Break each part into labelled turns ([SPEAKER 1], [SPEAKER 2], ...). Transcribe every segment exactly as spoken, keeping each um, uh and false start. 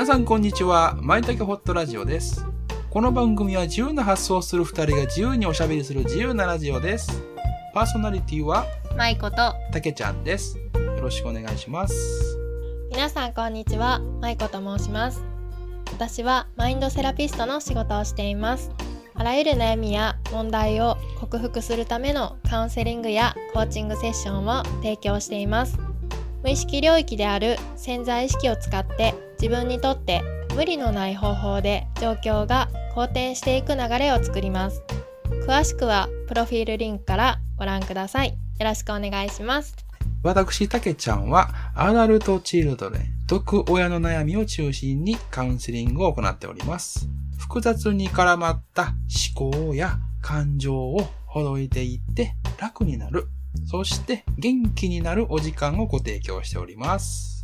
[SPEAKER 1] 皆さんこんにちは。まいたけホットラジオです。この番組は自由な発想をする二人が自由におしゃべりする自由なラジオです。パーソナリティは
[SPEAKER 2] まいこと
[SPEAKER 1] たけちゃんです。よろしくお願いします。
[SPEAKER 2] 皆さんこんにちは。まいこと申します。私はマインドセラピストの仕事をしています。あらゆる悩みや問題を克服するためのカウンセリングやコーチングセッションを提供しています。無意識領域である潜在意識を使って自分にとって無理のない方法で状況が好転していく流れを作ります。詳しくはプロフィールリンクからご覧ください。よろしくお願いします。
[SPEAKER 1] 私、たけちゃんはアダルトチルドレン、毒親の悩みを中心にカウンセリングを行っております。複雑に絡まった思考や感情をほどいていって楽になる。そして元気になるお時間をご提供しております。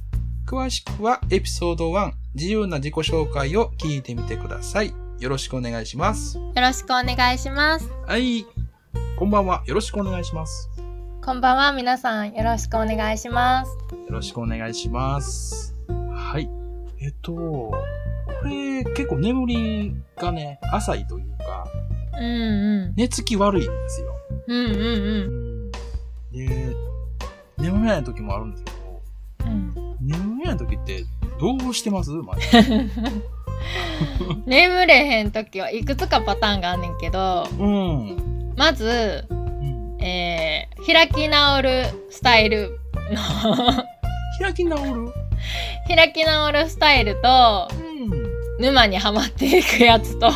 [SPEAKER 1] 詳しくはエピソードワン、自由な自己紹介を聞いてみてください。よろしくお願いします。
[SPEAKER 2] よろしくお願いします。
[SPEAKER 1] はい。こんばんは。よろしくお願いします。
[SPEAKER 2] こんばんは。皆さんよろしくお願いします。
[SPEAKER 1] よろしくお願いします。はい。えっと、これ結構眠りがね、浅いというか、
[SPEAKER 2] うんうん。
[SPEAKER 1] 寝つき悪いんですよ。
[SPEAKER 2] うんうんうん。
[SPEAKER 1] で、眠れない時もあるんですけど、うん、眠れない時ってどうしてます？
[SPEAKER 2] 眠れへん時はいくつかパターンがあんねんけど、うん、まず、うん、えー、開き直るスタイルの
[SPEAKER 1] 開き直る
[SPEAKER 2] 開き直るスタイルと、うん、沼にはまっていくやつと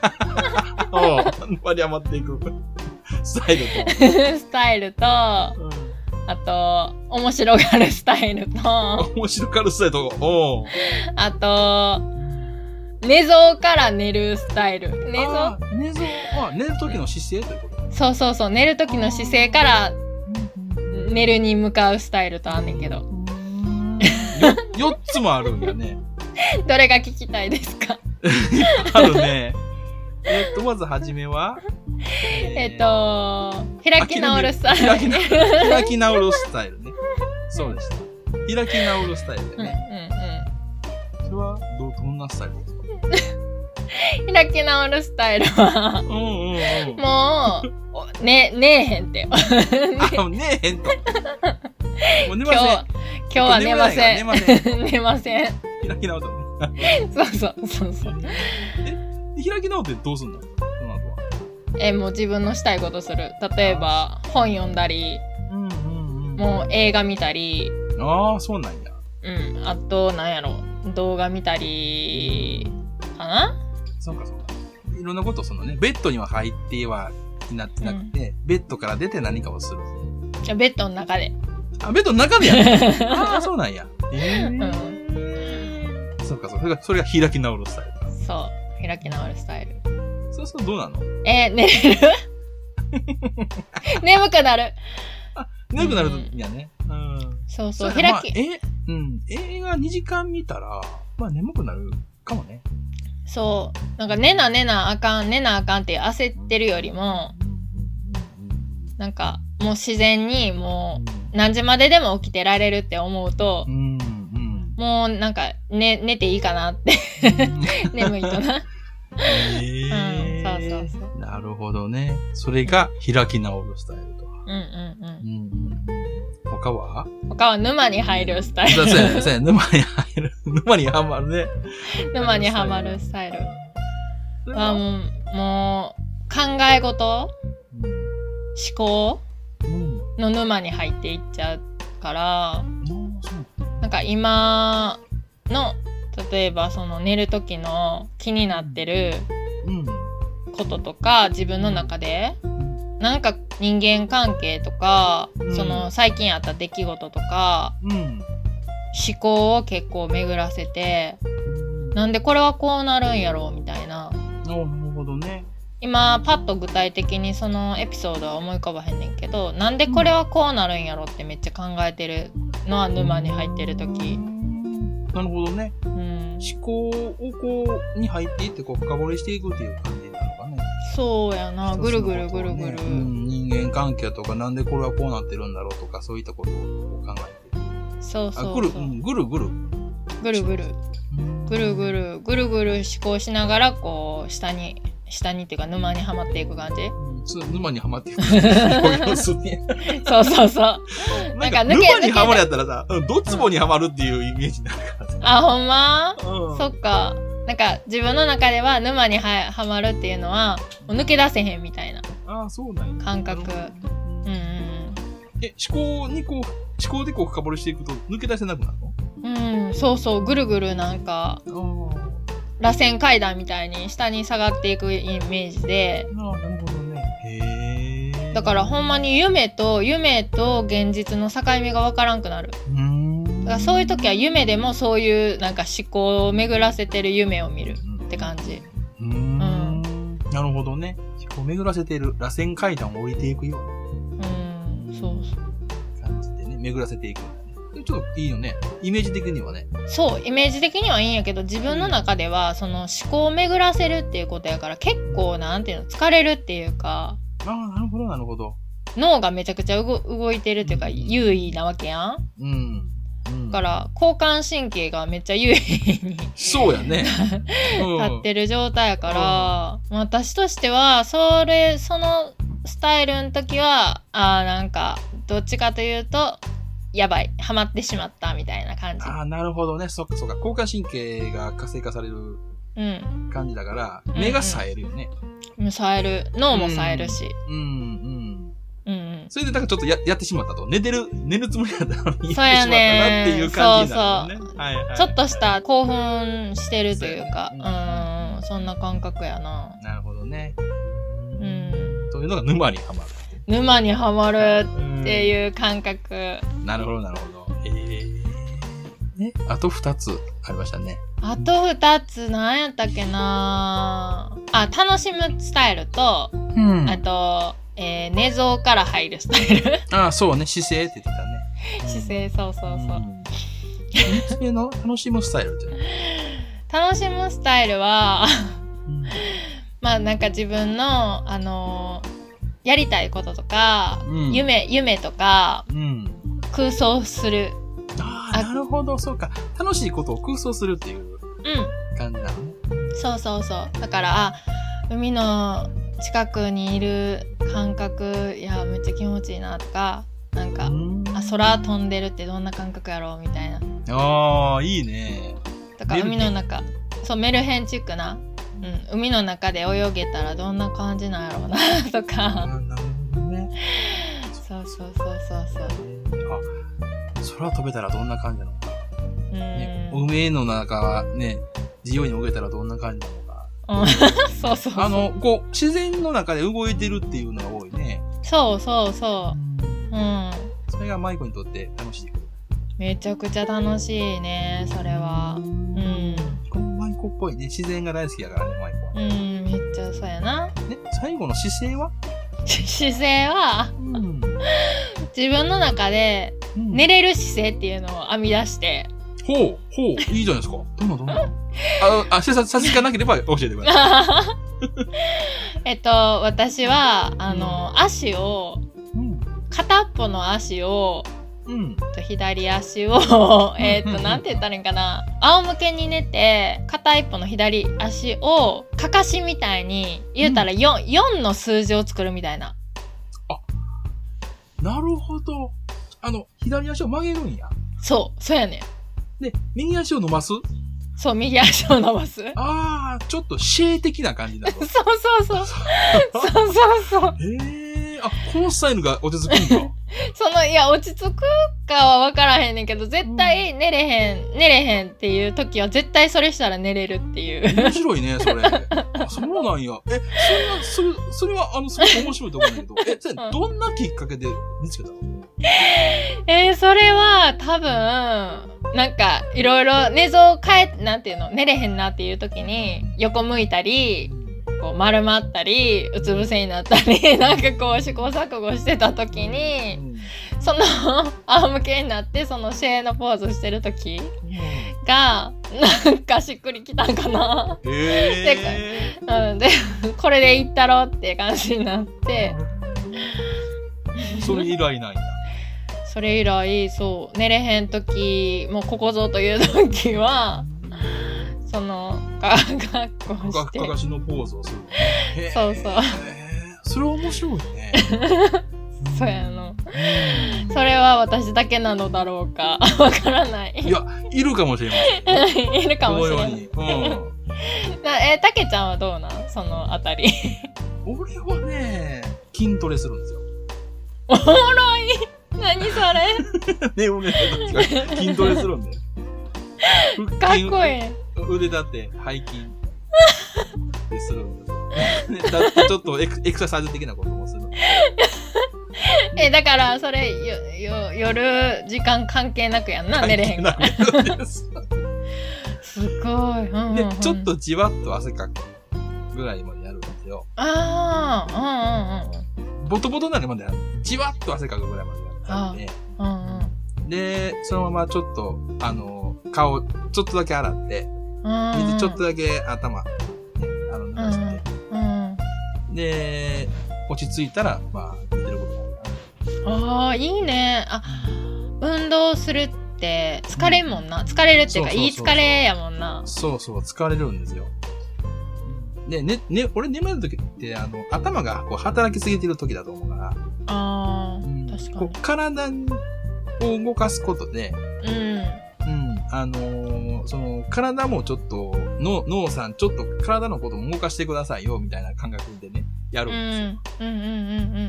[SPEAKER 1] 沼にはまっていくスタイルと
[SPEAKER 2] スタイルと、うん、あと面白がるスタイルと
[SPEAKER 1] 面白がるスタイルとお
[SPEAKER 2] あと寝相から寝るスタイル。寝相
[SPEAKER 1] 寝相は寝る時の姿勢ということ？
[SPEAKER 2] そうそうそう、寝る時の姿勢から寝るに向かうスタイルとあんねんけど
[SPEAKER 1] よっつもあるんだね
[SPEAKER 2] どれが聞きたいですか？
[SPEAKER 1] あるね。えっとまずはじめは
[SPEAKER 2] えっと開き直るスタイル
[SPEAKER 1] 開き直る開き直るスタイルね。そうでした。開き直るスタイルだね。うんうんうん。それはどどんなスタイルですか？
[SPEAKER 2] 開き直るスタイルは、うんうんうん、もうねねえへんって
[SPEAKER 1] あねえへんと。もう寝ません。
[SPEAKER 2] 今日今日は寝ません。
[SPEAKER 1] 寝ません。
[SPEAKER 2] 寝ません。
[SPEAKER 1] 開き直ったね。
[SPEAKER 2] そうそうそうそう。
[SPEAKER 1] え開き直ってどうすんの？その後は。
[SPEAKER 2] えもう自分のしたいことする。例えば本読んだり、うんうんうん、もう映画見たり。
[SPEAKER 1] ああそうなんや。
[SPEAKER 2] うん。あとなんやろ動画見たりかな。
[SPEAKER 1] そうかそうか。いろんなことそのねベッドには入ってはなってなくて、うん、ベッドから出て何かをする。
[SPEAKER 2] じゃベッドの中で。
[SPEAKER 1] あベッドの中でやる。ああそうなんや。えー、うん、そうかそうか。それが開き直るスタイルか。
[SPEAKER 2] そう開き直るスタイル。
[SPEAKER 1] そうするとどうなの？
[SPEAKER 2] えー、寝れる眠くなる。
[SPEAKER 1] あ眠くなるんやね。うん。うん、
[SPEAKER 2] そうそう
[SPEAKER 1] 開き、まあ、えうん映画にじかん見たらまあ眠くなるかもね。
[SPEAKER 2] そうなんか寝な寝なあかん寝なあかんって焦ってるよりもなんかもう自然にもう何時まででも起きてられるって思うと、うんうん、もうなんか、ね、寝ていいかなって眠いとな、
[SPEAKER 1] えーうん、そうそうそうなるほどね。それが開き直るスタイルと。うんうんうん。うんうん他は
[SPEAKER 2] 他は沼に入るスタイル。
[SPEAKER 1] そうやね、そうやね。沼に入る。沼にはまるね。
[SPEAKER 2] 沼にはまるスタイル。はもう、もう考え事、うん、思考、うん、の沼に入っていっちゃうから、うん、なんか今の例えばその寝る時の気になってることとか、自分の中でなんか人間関係とか、うん、その最近あった出来事とか、うん、思考を結構巡らせて、なんでこれはこうなるんやろうみたいな。
[SPEAKER 1] なるほどね。
[SPEAKER 2] 今パッと具体的にそのエピソードは思い浮かばへんねんけど、なんでこれはこうなるんやろってめっちゃ考えてるのは沼に入ってる時。
[SPEAKER 1] なるほどね。うん、思考をこうに入っていってこう深掘りしていくっていう感じなのかね。
[SPEAKER 2] そうやな、ぐるぐるぐるぐる、
[SPEAKER 1] うん、人間関係とかなんでこれはこうなってるんだろうとかそういったことを考えてる。
[SPEAKER 2] そうそうそう。
[SPEAKER 1] あぐる、うん、ぐるぐる
[SPEAKER 2] ぐるぐるぐるぐるぐるぐる思考しながらこう下に下にっていうか沼にはまっていく感じ。
[SPEAKER 1] そう、沼にはまっていく表現するね。
[SPEAKER 2] そうそうそう。
[SPEAKER 1] なんか沼にはまるやったらさ、ドツボにはまるっていうイメージになるからさ。
[SPEAKER 2] あ、ほんま、
[SPEAKER 1] うん、
[SPEAKER 2] そっか。なんか自分の中では沼に は, はまるっていうのはもう抜け出せへんみたいな感覚。うんうんうん。
[SPEAKER 1] え、思考にこう思考でこう深掘りしていくと抜け出せなくなる
[SPEAKER 2] の？うん、そうそう、ぐるぐるなんか螺旋階段みたいに下に下がっていくイメージで。
[SPEAKER 1] ああ、なるほどね。へえ。
[SPEAKER 2] だからほんまに夢と夢と現実の境目がわからんくなる。
[SPEAKER 1] うーん。
[SPEAKER 2] だからそういう時は夢でもそういうなんか思考を巡らせてる夢を見るって感じ。
[SPEAKER 1] うーん。うん、なるほどね。思考を巡らせてる螺旋階段を降りていくような。
[SPEAKER 2] うん、そうそう。
[SPEAKER 1] 感じでね、巡らせていくんだね。ちょっといいよね。イメージ的にはね。
[SPEAKER 2] そう、イメージ的にはいいんやけど、自分の中ではその思考を巡らせるっていうことやから結構なんていうの、疲れるっていうか。
[SPEAKER 1] ああ、なるほどなるほど。
[SPEAKER 2] 脳がめちゃくちゃ動いてるっていうか、優位なわけやん。
[SPEAKER 1] うん。うん、
[SPEAKER 2] だから交感神経がめっちゃ優位に
[SPEAKER 1] そうやね、
[SPEAKER 2] うん、立ってる状態やから、うん、私としてはそれそのスタイルの時はあなんかどっちかというとやばいハマってしまったみたいな感じ。
[SPEAKER 1] ああ、なるほどね。そっかそっか。交感神経が活性化される感じだから、うん、目が冴えるよね。
[SPEAKER 2] うんうん、冴える。脳も冴えるし。
[SPEAKER 1] うんうん
[SPEAKER 2] うんうん、
[SPEAKER 1] それでだからちょっと や, やってしまったと。寝てる、寝るつもりだったのに
[SPEAKER 2] そうやね
[SPEAKER 1] やってしまったなっていう感じになるよね。
[SPEAKER 2] そうそう、
[SPEAKER 1] はいはい、
[SPEAKER 2] ちょっとした興奮してるというか、う、ね、うん、そんな感覚やな。
[SPEAKER 1] なるほどね。
[SPEAKER 2] うん。
[SPEAKER 1] というのが沼にはまる。
[SPEAKER 2] 沼にはまるっていう感覚。
[SPEAKER 1] なるほどなるほど。えー、ね、あと二つありましたね。
[SPEAKER 2] あと二つ何やったっけなあ、楽しむスタイルと、うん、あと、えー、寝相から入るスタイル。
[SPEAKER 1] ああ、そうね。姿勢って言ってた
[SPEAKER 2] ね。姿勢、そうそうそう。
[SPEAKER 1] 三つ目の楽しむスタイルって
[SPEAKER 2] 楽しむスタイルは、うん、まあなんか自分の、あのー、やりたいこととか、うん、夢、夢とか、うん、空想する。
[SPEAKER 1] ああ、なるほど、そうか。楽しいことを空想するっていう感じなのね。
[SPEAKER 2] うん、そうそうそう。だから、あ、海の近くにいる感覚、いやめっちゃ気持ちいいなとか、なんかあ空飛んでるってどんな感覚やろうみたいな。
[SPEAKER 1] あーいいね。
[SPEAKER 2] だから海の中、そうメルヘンチックな、うん、海の中で泳げたらどんな感じなんやろうなとか。
[SPEAKER 1] なるほどね。
[SPEAKER 2] そうそうそうそうそう。
[SPEAKER 1] あ、空飛べたらどんな感じなのか。うん、ね、海の中ね自由に泳げたらどんな感じなのか。
[SPEAKER 2] うん、そうそうそう。
[SPEAKER 1] あの、こう、自然の中で動いてるっていうのが多いね。
[SPEAKER 2] そうそうそう。うん。
[SPEAKER 1] それが舞子にとって楽しい。
[SPEAKER 2] めちゃくちゃ楽しいね、それは。うん。
[SPEAKER 1] この舞子っぽいね、自然が大好きだからね、舞子は。
[SPEAKER 2] うん、めっちゃそうやな。
[SPEAKER 1] ね、最後の姿勢は
[SPEAKER 2] 姿勢は、うん、自分の中で寝れる姿勢っていうのを編み出して。
[SPEAKER 1] ほう、ほう、いいじゃないですか。どんなどんなあ、あ、ささしかなければ教えてください。
[SPEAKER 2] えっと、私は、あの、うん、足を、うん、片っぽの足を、うん、左足を、えっと、なんて言ったらいいんかな。仰向けに寝て、片一方の左足を、かかしみたいに、言うたら よん、うん、よんの数字を作るみたいな。
[SPEAKER 1] あ、なるほど。あの、左足を曲げるんや。
[SPEAKER 2] そう、そうやねん。
[SPEAKER 1] で、右足を伸ばす？
[SPEAKER 2] そう、右足を伸ばす。
[SPEAKER 1] ああ、ちょっとシェー的な感じだと。
[SPEAKER 2] そうそうそう。そうそうそう。
[SPEAKER 1] へえ、あ、このスタイルが落ち着くんか。
[SPEAKER 2] その、いや、落ち着くかは分からへんねんけど、絶対寝れへん、うん、寝れへんっていう時は、絶対それしたら寝れるっていう。
[SPEAKER 1] 面白いね、それ。あ、そうなんや。え、そんな、それ、それは、あの、すごく面白いと思うんだけど、え、それ、どんなきっかけで見つけたの？
[SPEAKER 2] えー、それは、多分、なんか、いろいろ寝相変え、なんていうの、寝れへんなっていう時に、横向いたり、こう丸まったり、うつ伏せになったり、なんかこう試行錯誤してた時に、うん、その仰向けになってそのシェーのポーズしてる時がなんかしっくりきたんかな。
[SPEAKER 1] へー。
[SPEAKER 2] で、うん、でこれでいったろって感じになって。
[SPEAKER 1] それ以来ないんだ。
[SPEAKER 2] それ以来そう寝れへん時もうここぞという時はそのかかっこして
[SPEAKER 1] かかしのポーズをするのね。
[SPEAKER 2] そうそう。
[SPEAKER 1] それ面白いね。
[SPEAKER 2] そうやの。それは私だけなのだろうかわからない。
[SPEAKER 1] いや、いるかもしれません。
[SPEAKER 2] いるかもしれない。
[SPEAKER 1] このように。うん。
[SPEAKER 2] なえたけちゃんはどうなんそのあたり。
[SPEAKER 1] 俺はね、筋トレするんですよ。
[SPEAKER 2] おもろい。何それ。
[SPEAKER 1] ね、俺ね、筋トレするんだよ。
[SPEAKER 2] かっこいい。
[SPEAKER 1] 腕立て、背筋でするんですよ。ね、だってちょっとエク、エクササイズ的なこともする。
[SPEAKER 2] え、だからそれよよ夜時間関係なくやんな、寝れへんから。すごい、うんうんうん。
[SPEAKER 1] で、ちょっとじわっと汗かくぐらいまでやるんですよ。
[SPEAKER 2] ああ、うんうんうん。
[SPEAKER 1] ボトボトになるまでやる。じわっと汗かくぐらいまでやるんで。うんうん、で、そのままちょっと、あの、顔、ちょっとだけ洗って、水ちょっとだけ頭、ね、あの、濡らして、うんうん、で、落ち着いたら、まあ、寝てることがあるかな。
[SPEAKER 2] ああ、いいね。あ、運動するって疲れんもんな。疲れるっていうか、いい疲れやもんな。
[SPEAKER 1] そうそう、疲れるんですよ。で、ね、ね、俺眠る時って、あの、頭がこう働きすぎてる時だと思うから。あ
[SPEAKER 2] あ、うん、確かに。
[SPEAKER 1] こう体を動かすことで、うん。うん。あのー、その、体もちょっと、の、脳さん、ちょっと体のことも動かしてくださいよ、みたいな感覚でね、やるんですよ。うん、うん、うん、うん。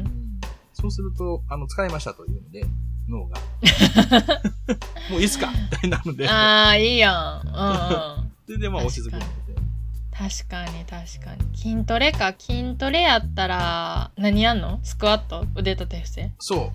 [SPEAKER 1] そうすると、あの、疲れましたというので、脳が。もういいっすかみたいなので。
[SPEAKER 2] ああ、いいやん。うん。
[SPEAKER 1] で、で、まあ、落ち着くので。
[SPEAKER 2] 確かに、確かに。筋トレか。筋トレやったら、何やんの？スクワット？腕立て伏せ？
[SPEAKER 1] そう。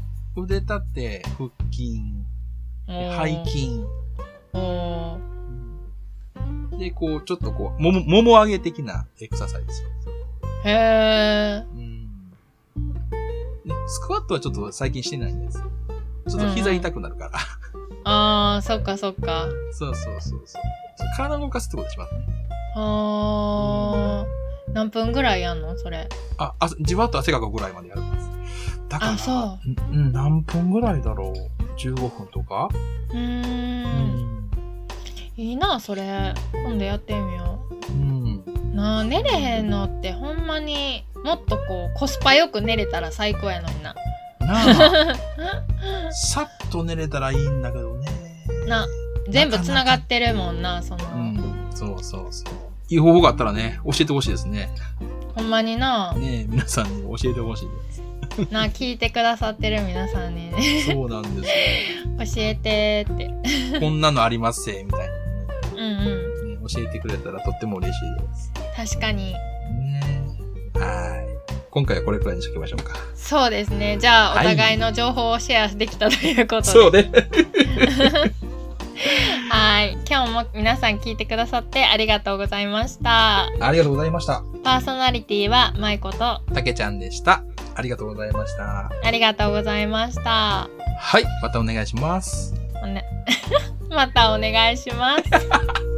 [SPEAKER 1] 腕立て、腹筋、背筋。おで、こう、ちょっとこう、もも、もも上げ的なエクササイズですよ。
[SPEAKER 2] へー。うん。
[SPEAKER 1] ね、スクワットはちょっと最近してないんです。ちょっと膝痛くなるから。
[SPEAKER 2] うん、あー、そっかそっか。
[SPEAKER 1] そうそうそうそう。体を動かすってことしますね。
[SPEAKER 2] あー、うん、何分ぐらいやんのそれ。
[SPEAKER 1] あ、あ、じわっと汗かくぐらいまでやるんです。だから、
[SPEAKER 2] あ、そう。
[SPEAKER 1] うん、何分ぐらいだろう ?じゅうごふんとかうーん。
[SPEAKER 2] うんいいな、それ。今度やってみよう。うん。なあ、寝れへんのってほんまにもっとこうコスパよく寝れたら最高やのにな。
[SPEAKER 1] なあ。さっと寝れたらいいんだけどね。
[SPEAKER 2] な、全部繋がってるもんな、その。うん、
[SPEAKER 1] そうそうそう。いい方法があったらね、教えてほしいですね。
[SPEAKER 2] ほんまにな。
[SPEAKER 1] ねえ、皆さんに教えてほしいです。
[SPEAKER 2] な、聞いてくださってる皆さんにね。
[SPEAKER 1] そうなんです
[SPEAKER 2] よ。教えてって。
[SPEAKER 1] こんなのありますせ、みたいな。
[SPEAKER 2] うんうん、
[SPEAKER 1] ね。教えてくれたらとっても嬉しい
[SPEAKER 2] です。確かに。
[SPEAKER 1] ね、はい。今回はこれくらいにしときましょうか。
[SPEAKER 2] そうですね。じゃあ、お互いの情報をシェアできたということで。
[SPEAKER 1] そうね。
[SPEAKER 2] はい。今日も皆さん聞いてくださってありがとうございました。
[SPEAKER 1] ありがとうございました。
[SPEAKER 2] パーソナリティはまいこと
[SPEAKER 1] たけちゃんでした。ありがとうございました。
[SPEAKER 2] ありがとうございました。
[SPEAKER 1] はい。またお願いします。
[SPEAKER 2] おねまたお願いします。